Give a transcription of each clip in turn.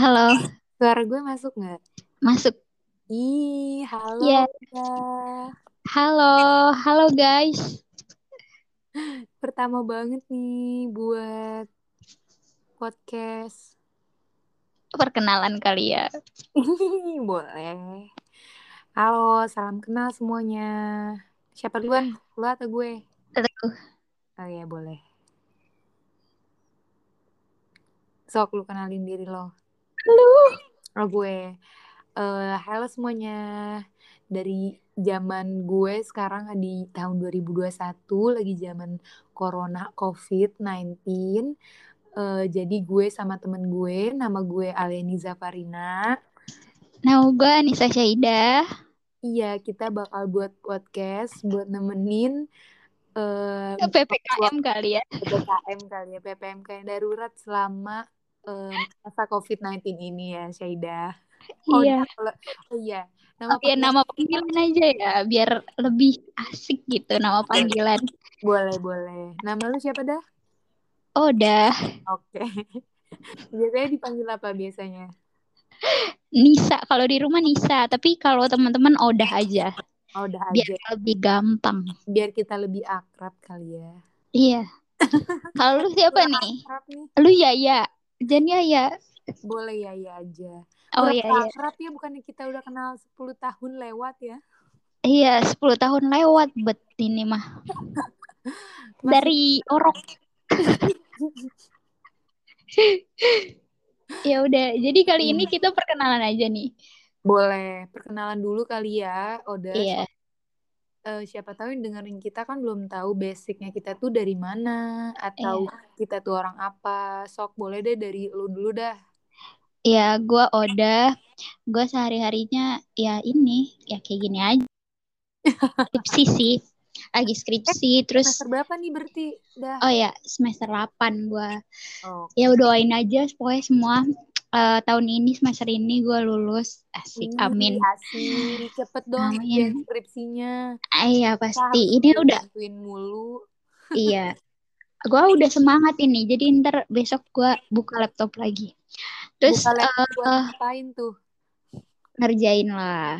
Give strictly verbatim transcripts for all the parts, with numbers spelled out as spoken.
Halo, Suara gue masuk nggak? masuk. Ih, halo Ya, ya. halo, halo guys. Pertama banget nih buat podcast. Perkenalan kali ya. Boleh. Halo, salam kenal semuanya. Siapa duluan? Lo atau gue? Aduh, Oh ya, boleh. Sok lu kenalin diri lo. halo. Oh gue. Eh, halo semuanya. Dari zaman gue sekarang di tahun dua ribu dua puluh satu lagi zaman Corona covid sembilan belas. Eh, jadi gue sama temen gue, nama gue Aleni Zafarina. Nama gue Anissa Syaidah. Iya, kita bakal buat podcast buat nemenin eh, P P K M waktu kali ya. P P K M kali ya, P P M kayak darurat selama eh, masa covid sembilan belas ini ya, Syaidah. Oh, Iya. kalau oh iya, nama Oh ya, panggilan nama kita panggilan aja ya, biar lebih asik gitu nama panggilan. boleh boleh. Nama lu siapa dah? Oh, udah. Oke. Biasanya dipanggil apa biasanya? Nisa, kalau di rumah Nisa, tapi kalau teman-teman Odah aja, Oh, udah biar aja. lebih gampang. Biar kita lebih akrab kali ya. Iya. Kalau lu siapa Kurang nih? akrab nih. Lu Yaya. Jan Yaya. Boleh ya ya aja. Oh Pura iya, iya. akrab ya, bukannya kita udah kenal sepuluh tahun lewat ya. Iya, sepuluh tahun lewat bet ini mah. Masih Dari kan? orok. Ya udah, jadi kali ini Iya. kita perkenalan aja nih. Boleh. Perkenalan dulu kali ya, Oda. Iya, So- eh, siapa tahu yang dengerin kita kan belum tahu basicnya kita tuh dari mana atau iya. kita tuh orang apa. Sok boleh deh dari lu dulu dah. Ya, gue Oda, gue sehari-harinya ya ini, ya kayak gini aja. Skripsi sih, lagi Eh, skripsi, terus semester berapa nih berarti? Dah. oh ya semester delapan gue. Ya Oke. doain aja pokoknya semua eh, tahun ini semester ini gue lulus. Asik, Ih, amin. asik. Cepet dong kerjaan Amin. skripsinya. Ah, iya Kita pasti. harus Ini gue udah, bantuin mulu. iya. Gue udah semangat ini, jadi ntar besok gue buka laptop lagi. Terus Buka laptop buat eh, ngapain tuh? ngerjain lah.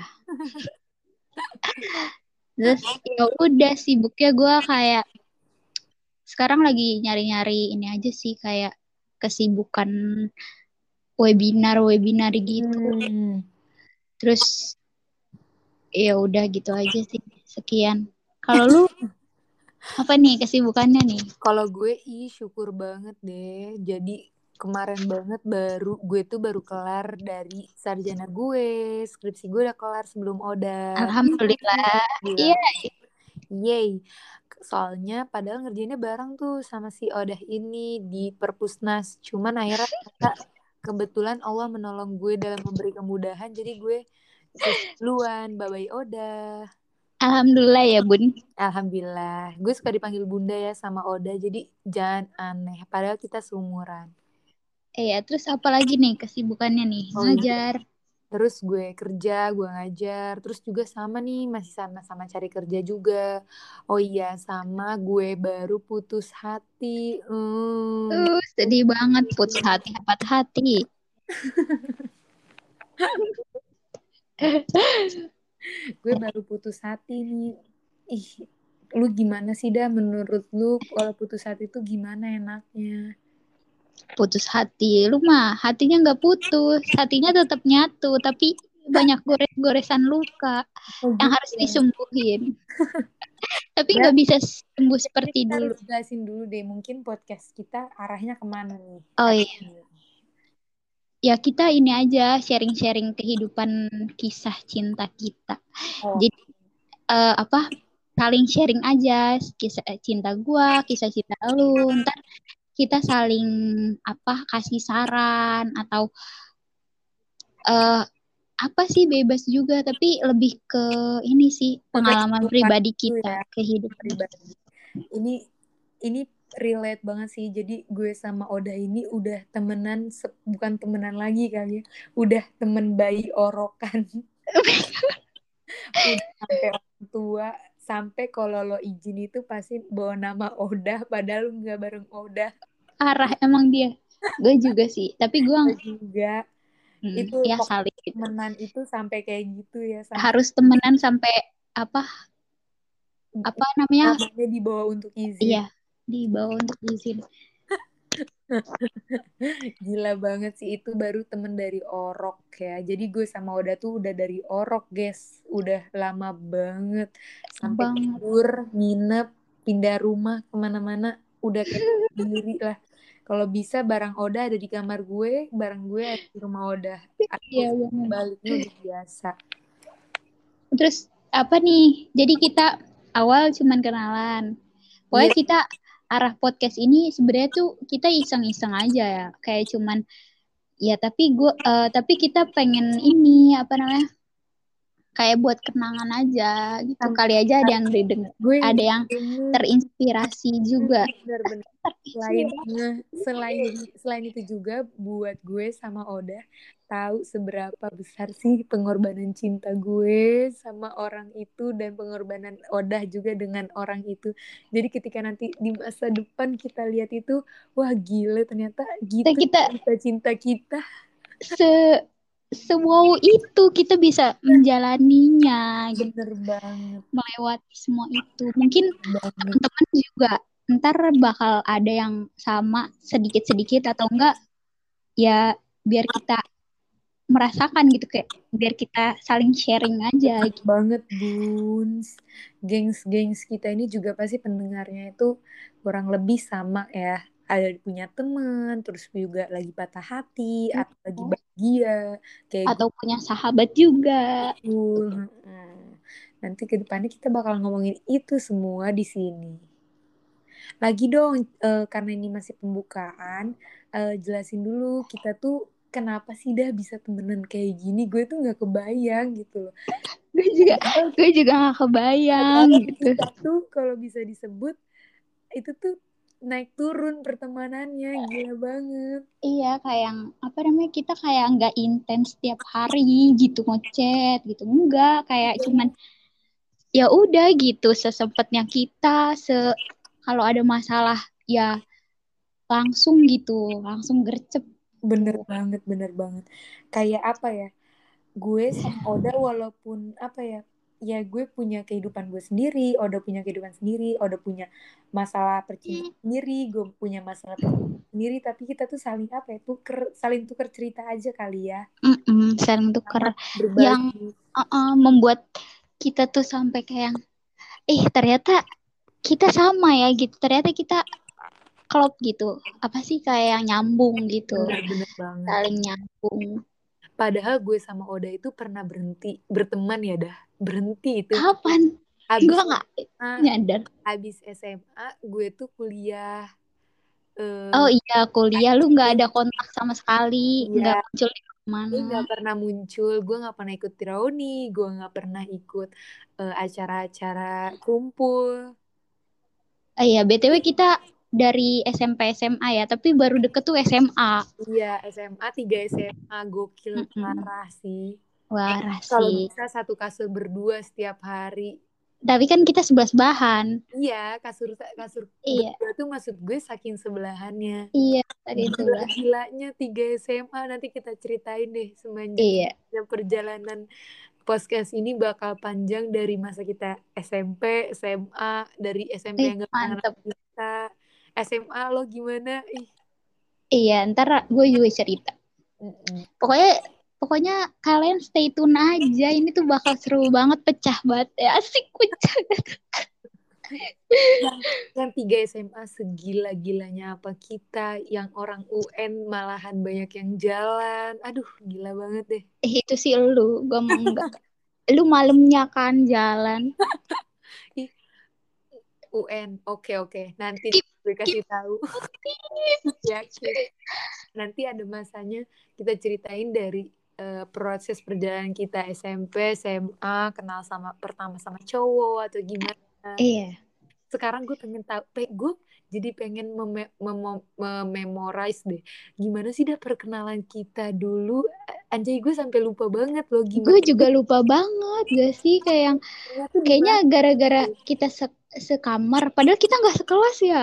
Terus ya udah sibuknya gue kayak sekarang lagi nyari-nyari ini aja sih kayak kesibukan webinar-webinar gitu. Hmm. Terus ya udah gitu aja sih. Sekian. Kalau lu apa nih kesibukannya nih? Kalau gue ih syukur banget deh. Jadi kemarin banget baru gue tuh baru kelar dari sarjana gue. Skripsi gue udah kelar sebelum Oda. Alhamdulillah. Iya, Gila. Yeay. Soalnya padahal ngerjainnya bareng tuh sama si Odah ini di Perpusnas. Cuman akhirnya ternyata kebetulan Allah menolong gue dalam memberi kemudahan. Jadi gue selesai duluan. Bye-bye Oda. alhamdulillah ya Bun. Alhamdulillah. Gue suka dipanggil Bunda ya sama Oda. Jadi jangan aneh. Padahal kita seumuran. Eh ya, terus apa lagi nih kesibukannya nih? Oh iya. Ngajar. Terus gue kerja, gue ngajar. Terus juga sama nih, masih sama-sama cari kerja juga. Oh iya, sama gue baru putus hati. Hmm. Uh, sedih banget putus hati, patah hati. Gue baru putus hati nih. Ih, lu gimana sih dah menurut lu kalau putus hati itu gimana enaknya? Putus hati lu mah hatinya nggak putus, hatinya tetap nyatu tapi banyak gores-goresan luka Oh yang gitu harus ya. disembuhin tapi Dan nggak bisa sembuh kayaknya seperti kita harus dulu. jelasin dulu deh, mungkin podcast kita arahnya kemana nih Oh kali iya, ini. ya kita ini aja sharing-sharing kehidupan kisah cinta kita. Oh, Jadi eh, apa saling sharing aja kisah cinta gua, kisah cinta lu. Ntar kita saling apa kasih saran atau eh, apa sih bebas juga tapi lebih ke ini sih ke pengalaman kehidupan pribadi itu kita ya, kehidupan kita. pribadi. Ini ini relate banget sih. Jadi gue sama Oda ini udah temenan, se- bukan temenan lagi kali ya. Udah temen bayi orokan. Udah sampai orang tua, sampai kalau lo izin itu pasti bawa nama Oda, padahal nggak bareng Oda. Arah emang dia gue juga sih tapi gue Gue juga. Hmm, Itu ya pokoknya saling gitu. temenan itu sampai kayak gitu ya, sampai Harus temenan sampai apa apa namanya? namanya dibawa untuk izin. Iya, dibawa untuk izin. Gila banget sih, itu baru temen dari Orok ya. Jadi gue sama Oda tuh udah dari Orok, guys. Udah lama banget. Sampai Banget. tidur, nginep, pindah rumah kemana-mana. Udah kayak sendiri lah. Kalau bisa barang Oda ada di kamar gue, barang gue ada di rumah Oda. Atau Iya banget. baliknya udah biasa. Terus apa nih? Jadi kita awal cuman kenalan. Pokoknya Iya, kita arah podcast ini sebenarnya tuh kita iseng-iseng aja ya. Kayak cuman ya tapi gue eh, tapi kita pengen ini apa namanya? Kayak buat kenangan aja gitu. sama Kali aja ada yang didengar, gue ada yang kayaknya terinspirasi juga. bener-bener selain nge, selain selain itu juga buat gue sama Oda tahu seberapa besar sih pengorbanan cinta gue sama orang itu dan pengorbanan Oda juga dengan orang itu. Jadi ketika nanti di masa depan kita lihat itu, wah gila ternyata Dan gitu kita cinta-cinta kita. se Sewow itu kita bisa menjalaninya gitu, Bener banget melewati semua itu. Mungkin banget. teman-teman juga ntar bakal ada yang sama sedikit-sedikit atau enggak ya biar kita merasakan gitu kayak biar kita saling sharing aja Bener gitu. banget, Buns. Gengs-gengs kita ini juga pasti pendengarnya itu kurang lebih sama ya. Ada punya teman, terus juga lagi patah hati, atau lagi bahagia, kayak gue. Atau punya sahabat juga. Heeh. Nanti ke depannya kita bakal ngomongin itu semua di sini. Lagi dong, eh, karena ini masih pembukaan, eh, jelasin dulu kita tuh kenapa sih dah bisa temenan kayak gini. Gue tuh nggak kebayang gitu loh. Gue juga Padahal gue juga gak kebayang Padahal gitu. kita tuh kalau bisa disebut itu tuh naik turun pertemanannya gila banget. Iya kayak yang apa namanya kita kayak nggak intens tiap hari gitu ngechat gitu enggak kayak cuman ya udah gitu sesempatnya kita se kalau ada masalah ya langsung gitu langsung gercep Bener tuh. banget, bener banget. Kayak apa ya? Gue sama Oda walaupun apa ya? Ya gue punya kehidupan gue sendiri, Oda punya kehidupan sendiri, Oda punya masalah percintaan sendiri, gue punya masalah percintaan sendiri, tapi kita tuh saling apa ya? Tuker, saling tuker cerita aja kali ya. Mm-mm, saling tuker Sama yang berbagi. uh-uh, membuat kita tuh sampai kayak eh ternyata kita sama ya gitu ternyata kita klop gitu apa sih kayak yang nyambung gitu Bener-bener banget. saling nyambung. Padahal gue sama Oda itu pernah berhenti berteman ya dah. Berhenti itu. Kapan gue Habis nggak S M A, nyadar. habis S M A gue tuh kuliah Oh eh iya kuliah lu nggak ada kontak sama sekali nggak iya, muncul di gue mana. nggak pernah muncul, gue nggak pernah ikut reuni, gue nggak pernah ikut eh, acara-acara kumpul. Oh iya, B T W kita dari S M P S M A ya, tapi baru deket tuh S M A. Iya, S M A, tiga S M A, gokil Mm-mm. parah sih. Wah Kalau sih. bisa satu kasur berdua setiap hari. Tapi kan kita sebelas bahan. Iya, kasur kasur Iya, berdua tuh maksud gue saking sebelahannya. iya, tadi itu lah. Gila-gilanya tiga S M A, nanti kita ceritain deh semenjak Iya, perjalanan podcast ini bakal panjang dari masa kita S M P, S M A, dari S M P eh yang gak pernah mantep. kita, S M A lo gimana? Ih, Iya, ntar gue juga cerita. mm-mm. Pokoknya, pokoknya kalian stay tune aja. Ini tuh bakal seru banget, pecah banget. Ya, asik pecah. Yang, yang tiga S M A segila-gilanya apa kita, yang orang U N malahan banyak yang jalan. Aduh, gila banget deh. Eh, itu sih lu, gue mau enggak. Lu malamnya kan jalan. Ih, U N, oke oke. Nanti Skip, gue skip. kasih tahu. Ya, nanti ada masanya kita ceritain dari eh, proses perjalanan kita S M P, S M A, kenal sama pertama sama cowok atau gimana. Iya. Sekarang gue pengen tahu, pe, gue jadi pengen meme- memo- mememorize deh. Gimana sih dah perkenalan kita dulu? Anjay, gue sampai lupa banget loh Gue gimana. juga lupa banget gak sih kayak yang Ternyata di kayaknya mana? gara-gara kita se sekamar padahal kita nggak sekelas ya.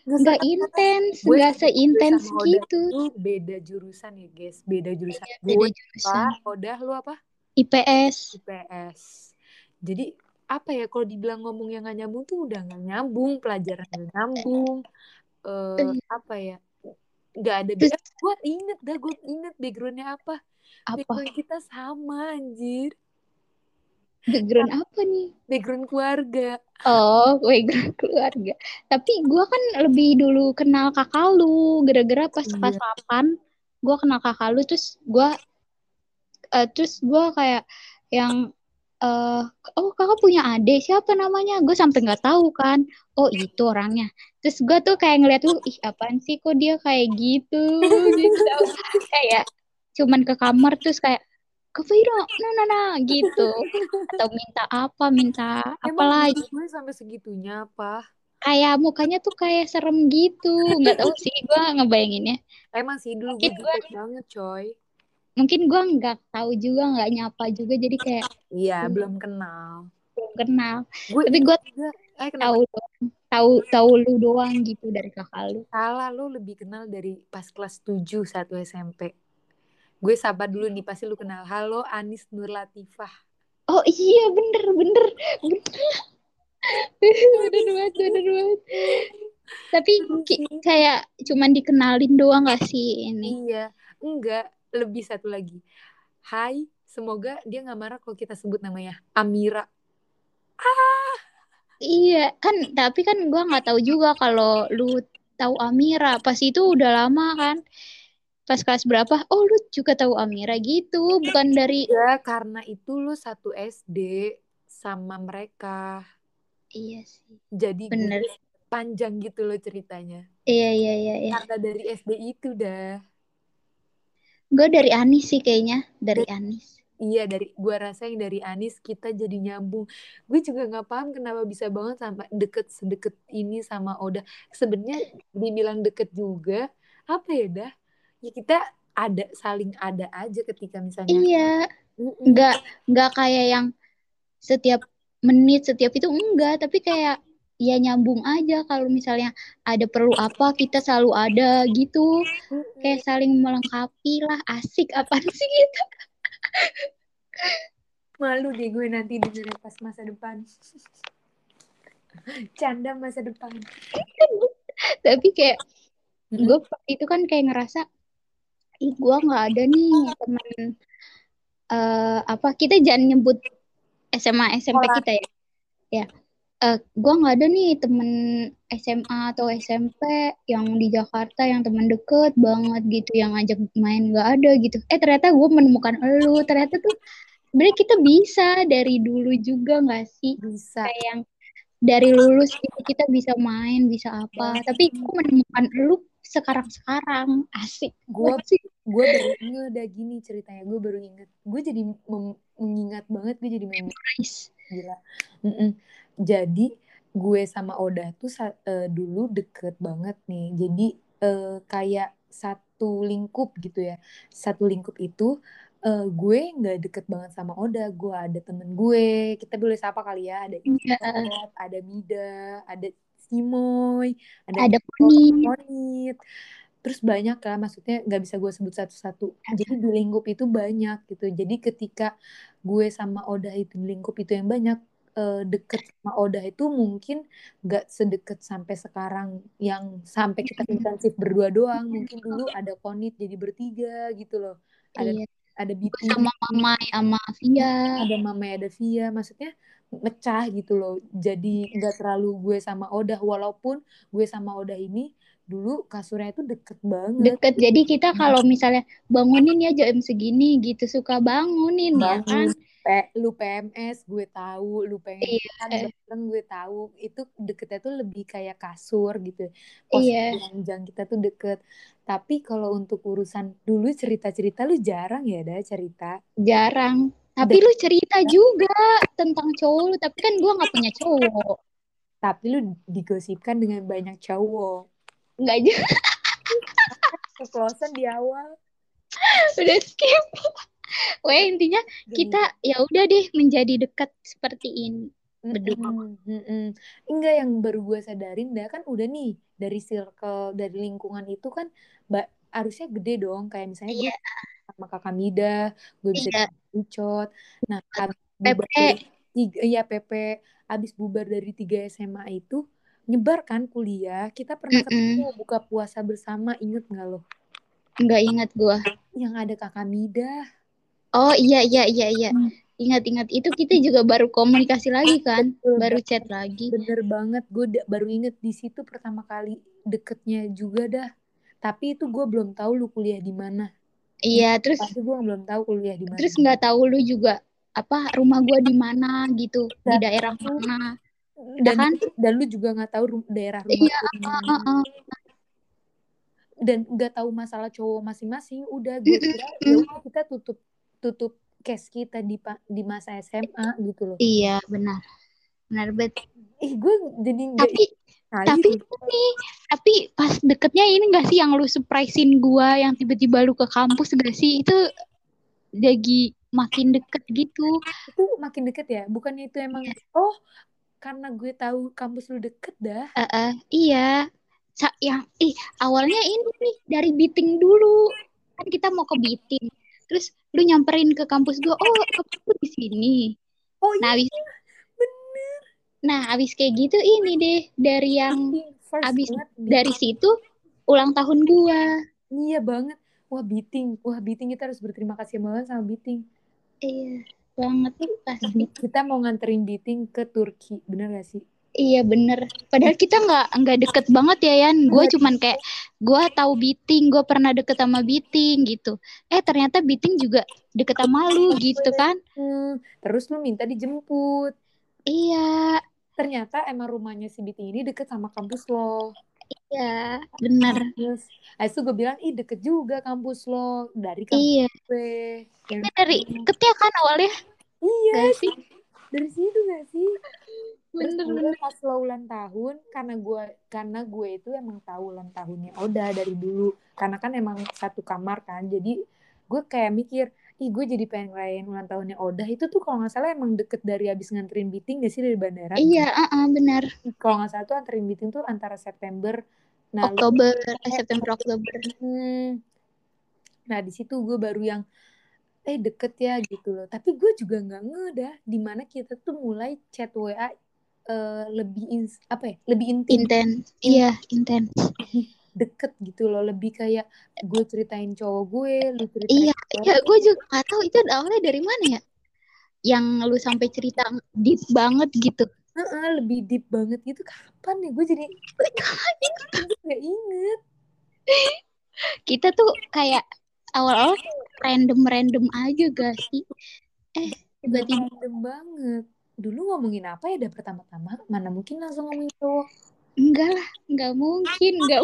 Nggak nggak sekelas. intens, Gue nggak sama, gue seintens sama Oda gitu. itu beda jurusan ya guys, beda jurusan. Iya, beda Gue jurusan. Pak, Oda lu apa? I P S. I P S. Jadi apa ya, kalau dibilang ngomong yang gak nyambung tuh udah gak nyambung, pelajaran gak nyambung, eh Eh, apa ya, nggak ada B Terus F. Gue inget dah, gue inget backgroundnya apa. apa? Background kita sama anjir. Background apa nih? Background keluarga. Oh, background keluarga. Tapi gua kan lebih dulu kenal kakak lu. Gara-gara pas kelas Iya. delapan, gua kenal kakak lu. Terus gua, eh, terus gua kayak yang, eh oh kakak punya adik, siapa namanya? Gue sampai nggak tahu kan. Oh itu orangnya. Terus gua tuh kayak ngeliat lu, ih apaan sih kok dia kayak gitu, gitu. Kayak cuman ke kamar terus kayak, Kak Vira, nah, nah, nah, gitu. Atau minta apa, minta apa Emang dulu lagi. gue sampai segitunya apa? Kayak mukanya tuh kayak serem gitu, nggak tahu sih gue ngebayanginnya. Emang sih dulu gue Mungkin gue jutek banget coy. mungkin gue nggak tahu juga, nggak nyapa juga, jadi kayak Iya, "Hmm, belum kenal. belum kenal." Gue Tapi inget gue juga. Eh kenapa? tahu doang, tahu tahu lu doang gitu dari kakak lu. Salah, lo lebih kenal dari pas kelas tujuh satu S M P. Gue sapa dulu nih, pasti lu kenal. Halo Anis Nur Latifah. Oh iya, bener bener bener. Bener banget, bener banget. Tapi Terus ki- sih. kayak cuman dikenalin doang gak sih ini? Iya, enggak. Lebih satu lagi. Hai, semoga dia nggak marah kalau kita sebut namanya Amira. Iya kan, tapi kan gua nggak tahu juga kalau lu tahu Amira. Pas itu udah lama kan. Pas kelas berapa? Oh, lu juga tahu Amira gitu, bukan dari. Ya, karena itu lu satu S D sama mereka. Iya sih. Jadi gue Bener. panjang gitu loh ceritanya. Iya, iya, iya, iya. Karena dari S D itu dah. Gue dari Anis sih kayaknya, dari Dan Anis. iya, dari gua rasa yang dari Anis kita jadi nyambung. Gue juga nggak paham kenapa bisa banget sampai deket sedekat ini sama Oda. Sebenarnya dibilang deket juga, apa ya dah? Ya kita ada, saling ada aja ketika misalnya. Iya, Mm-mm. nggak nggak kayak yang setiap menit setiap itu enggak, tapi kayak ya nyambung aja kalau misalnya ada perlu apa kita selalu ada gitu. Kayak Mm-mm. saling melengkapi lah, asik apaan sih gitu. Malu deh gue nanti dengerin pas masa depan. Canda masa depan. Tapi kayak gue Mm-mm. itu kan kayak ngerasa, ih gue nggak ada nih teman, eh, apa kita jangan nyebut S M A S M P Sekolah. kita ya. Ya, eh gue nggak ada nih temen S M A atau S M P yang di Jakarta yang temen deket banget gitu yang ngajak main, nggak ada gitu. Eh ternyata gue menemukan elu, ternyata tuh sebenarnya kita bisa dari dulu juga nggak sih, Bisa kayak yang dari lulus gitu kita bisa main bisa apa, tapi gue banget. menemukan elu sekarang-sekarang, asik gue banget sih. gue baru nge udah gini ceritanya, gue baru inget, gue jadi mem- mengingat banget, gue jadi memori Nice. gila. Mm-mm. Jadi gue sama Oda tuh sa- eh, dulu deket banget nih, jadi eh, kayak satu lingkup gitu ya, satu lingkup itu. eh, gue nggak deket banget sama Oda, gue ada temen gue, kita boleh sapa kali ya, ada Iya, Icat, ada Mida, ada Simoy, ada ada Kiko, ada poni. Monit. Terus banyak kan, maksudnya nggak bisa gue sebut satu-satu. Jadi di lingkup itu banyak gitu. Jadi ketika gue sama Oda itu di lingkup itu yang banyak, eh, deket sama Oda itu mungkin nggak sedekat sampai sekarang yang sampai kita intensif berdua doang. Mungkin dulu ada Konit jadi bertiga gitu loh. Ada Iya, ada gue B T, sama mama sama Via. ada Mama, ada Via, maksudnya mecah gitu loh. Jadi nggak terlalu gue sama Oda, walaupun gue sama Oda ini dulu kasurnya itu deket banget. Deket. Jadi kita kalau misalnya bangunin ya jam segini gitu suka bangunin ya kan. Bangun, Pe- lu P M S gue tahu, lu pengen Iya, makan eh, bareng gue tahu, itu deketnya tuh lebih kayak kasur gitu, posisi iya, ranjang kita tuh deket. Tapi kalau untuk urusan dulu cerita-cerita lu jarang ya, ada cerita. jarang. Tapi Dan lu cerita juga tentang cowok lu, tapi kan gua nggak punya cowok. tapi lu digosipkan dengan banyak cowok. Nggak juga. Ceplosan di awal. Udah skip. Weh Pokoknya intinya gini, kita ya udah deh menjadi dekat seperti ini. beduk. Mm-mm, mm-mm. Enggak, yang baru gue sadarin dah kan udah nih dari circle, dari lingkungan itu kan mbak harusnya gede dong, kayak misalnya gue Iya, sama kakak Mida, gue bisa iya. dicot. Nah, abis bubar dari Pepe. tiga, ya P P, abis bubar dari tiga S M A itu nyebar kan kuliah. Kita pernah ketemu Mm-mm. buka puasa bersama, inget nggak lo? Nggak ingat gua. Yang ada kakak Mida. Oh iya iya iya iya. Hmm. Ingat-ingat itu kita juga baru komunikasi lagi kan, Betul baru chat banget, lagi. bener banget. Gue baru inget di situ pertama kali deketnya juga dah. Tapi itu gue belum tahu lu kuliah di mana. Iya, Jujur terus aja gue belum tahu kuliah di mana. terus nggak tahu lu juga apa rumah gua di mana gitu, di Gak daerah tahu. mana, ya Dan kan? dan lu juga nggak tahu ru- daerah rumah Iya, gue di uh, mana. uh, uh. Dan nggak tahu masalah cowok masing-masing. Udah Mm, gue mm, kira ya mm. udah kita tutup tutup case kita di pa- di masa S M A gitu loh. Iya, benar. Benar bet. Ih, gue jadi nggak Tapi kali tapi sih. ini tapi pas deketnya ini gak sih yang lu surprisein gua yang tiba-tiba lu ke kampus gak sih? Itu lagi makin deket gitu. Itu makin deket ya. Bukannya itu emang, Iya. oh, karena gue tahu kampus lu deket dah. Eh, eh, iya. Sa- yang ih awalnya ini nih dari Biting dulu. Kan kita mau ke Biting. Terus lu nyamperin ke kampus gua. Oh, kampus lu di sini. Oh Nah, iya, abis bener. nah abis kayak gitu ini deh dari yang First abis banget dari meeting. situ ulang tahun gua. Iya banget. Wah, Biting. Wah, Biting, kita harus berterima kasih banget sama Biting. Iya, banget pasti. Kita mau nganterin Biting ke Turki. Bener gak sih? Iya bener. Padahal kita nggak nggak deket banget ya Yan. Gue Enggak. cuman kayak gue tahu Biting, gue pernah deket sama Biting gitu. Eh ternyata Biting juga deket sama lu gitu kan? Hmm, terus lu minta dijemput. Iya, Ternyata emang rumahnya si Biting ini deket sama kampus lo. iya bener. Terus, habis itu gue bilang, ih deket juga kampus lo. Dari kampus Iya. gue. Yang Kita dari deket kan awalnya, iya, gak sih? dari situ gak sih? Terus gue Bener-bener. pas lo ulang tahun, karena gue karena gue itu emang tahu ulang tahunnya Oda dari dulu. Karena kan emang satu kamar kan. Jadi gue kayak mikir, ih gue jadi pengen ngerayain ulang tahunnya Oda. Itu tuh kalau nggak salah emang deket dari abis nganterin meeting gak sih dari bandara? Iya, uh -uh, bener. Kalau nggak salah tuh anterin meeting tuh antara September. Nah, lu, Oktober, eh, eh, September Oktober. hmm, nah di situ gue baru yang eh deket ya gitu loh. Tapi gue juga nggak nge dah di mana kita tuh mulai chat W A eh, lebih ins apa ya lebih intim, Intens. in- Iya, intens. lebih deket gitu loh, lebih kayak gue ceritain cowok gue, lu Iya, ceritain iya, cowok. gue juga gak tahu itu awalnya dari mana ya. Yang lu sampai cerita deep banget gitu. Heeh, lebih deep banget gitu kapan ya gue jadi gue nggak inget. Kita tuh kayak awal-awal random-random aja gak sih? Eh, Udah tiba-tiba random banget. Dulu ngomongin apa ya dah pertama-tama? Mana mungkin langsung ngomongin cowok. enggak lah, enggak mungkin, enggak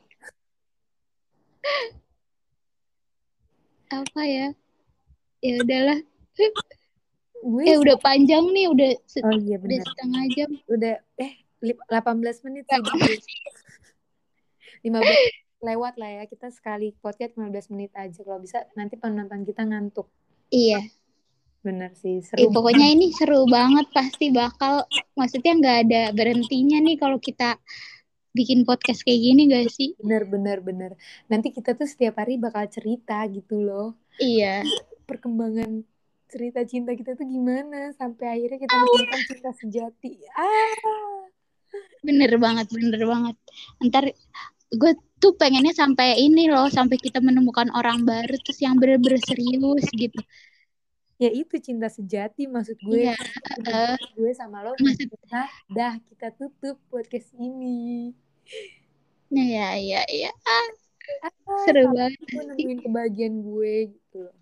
apa ya. Ya udahlah. Gue Eh, udah sama, panjang nih, udah se- oh iya udah benar. setengah jam. Udah eh li- delapan belas menit sih dulu. lima belas lewat lah ya. Kita sekali podcast lima belas menit aja. Kalau bisa nanti penonton kita ngantuk. Iya. Bener sih, Eh, seru pokoknya banget. ini seru banget, pasti bakal, maksudnya nggak ada berhentinya nih kalau kita bikin podcast kayak gini gak sih? Bener, bener, bener. Nanti kita tuh setiap hari bakal cerita gitu loh. Iya, Perkembangan cerita cinta kita tuh gimana. Sampai akhirnya kita menemukan cinta sejati. Ah, bener banget, bener banget. Ntar gue tuh pengennya sampai ini loh, sampai kita menemukan orang baru terus yang bener-bener serius gitu. ya itu cinta sejati maksud gue. Iya, eh, Bener-bener gue sama lo maksud, nah dah kita tutup podcast ini. nah, ya, ya, ya, ah, Ah, seru tapi banget gue pasti. nemuin kebahagiaan gue gitu loh.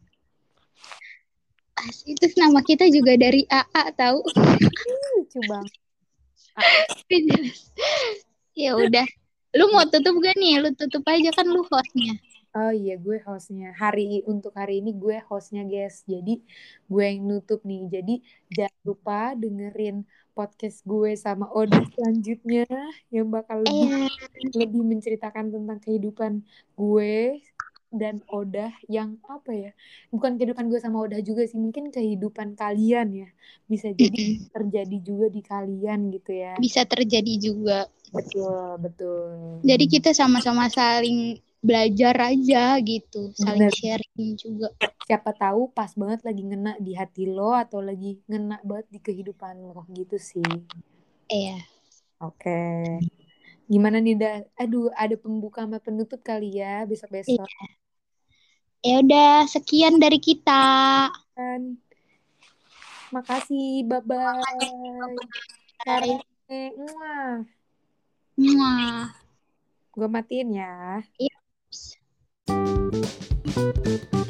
Asli, terus nama kita juga dari A A tahu. Lucu banget. Ah, Ya udah, lu mau tutup gak nih? Lu tutup aja kan lu hostnya. oh iya, gue hostnya. Hari untuk hari ini gue hostnya guys. Jadi gue yang nutup nih. Jadi jangan lupa dengerin podcast gue sama Oda selanjutnya yang bakal lebih Eh, lebih menceritakan tentang kehidupan gue dan Odah yang apa ya? Bukan kehidupan gue sama Odah juga sih, mungkin kehidupan kalian ya. Bisa jadi Mm-mm. terjadi juga di kalian gitu ya. Bisa terjadi juga. Betul, betul. Jadi kita sama-sama saling belajar aja gitu, saling Bener. sharing juga. Siapa tahu pas banget lagi ngena di hati lo atau lagi ngena banget di kehidupan lo gitu sih. Iya. Oke. Gimana nih dah? Aduh, ada pembuka sama penutup kali ya besok-besok Iya. Ya udah, sekian dari kita. kan. Makasih, bye-bye. Bye. Sarane, muah. Muah. Gue matiin ya. Iya.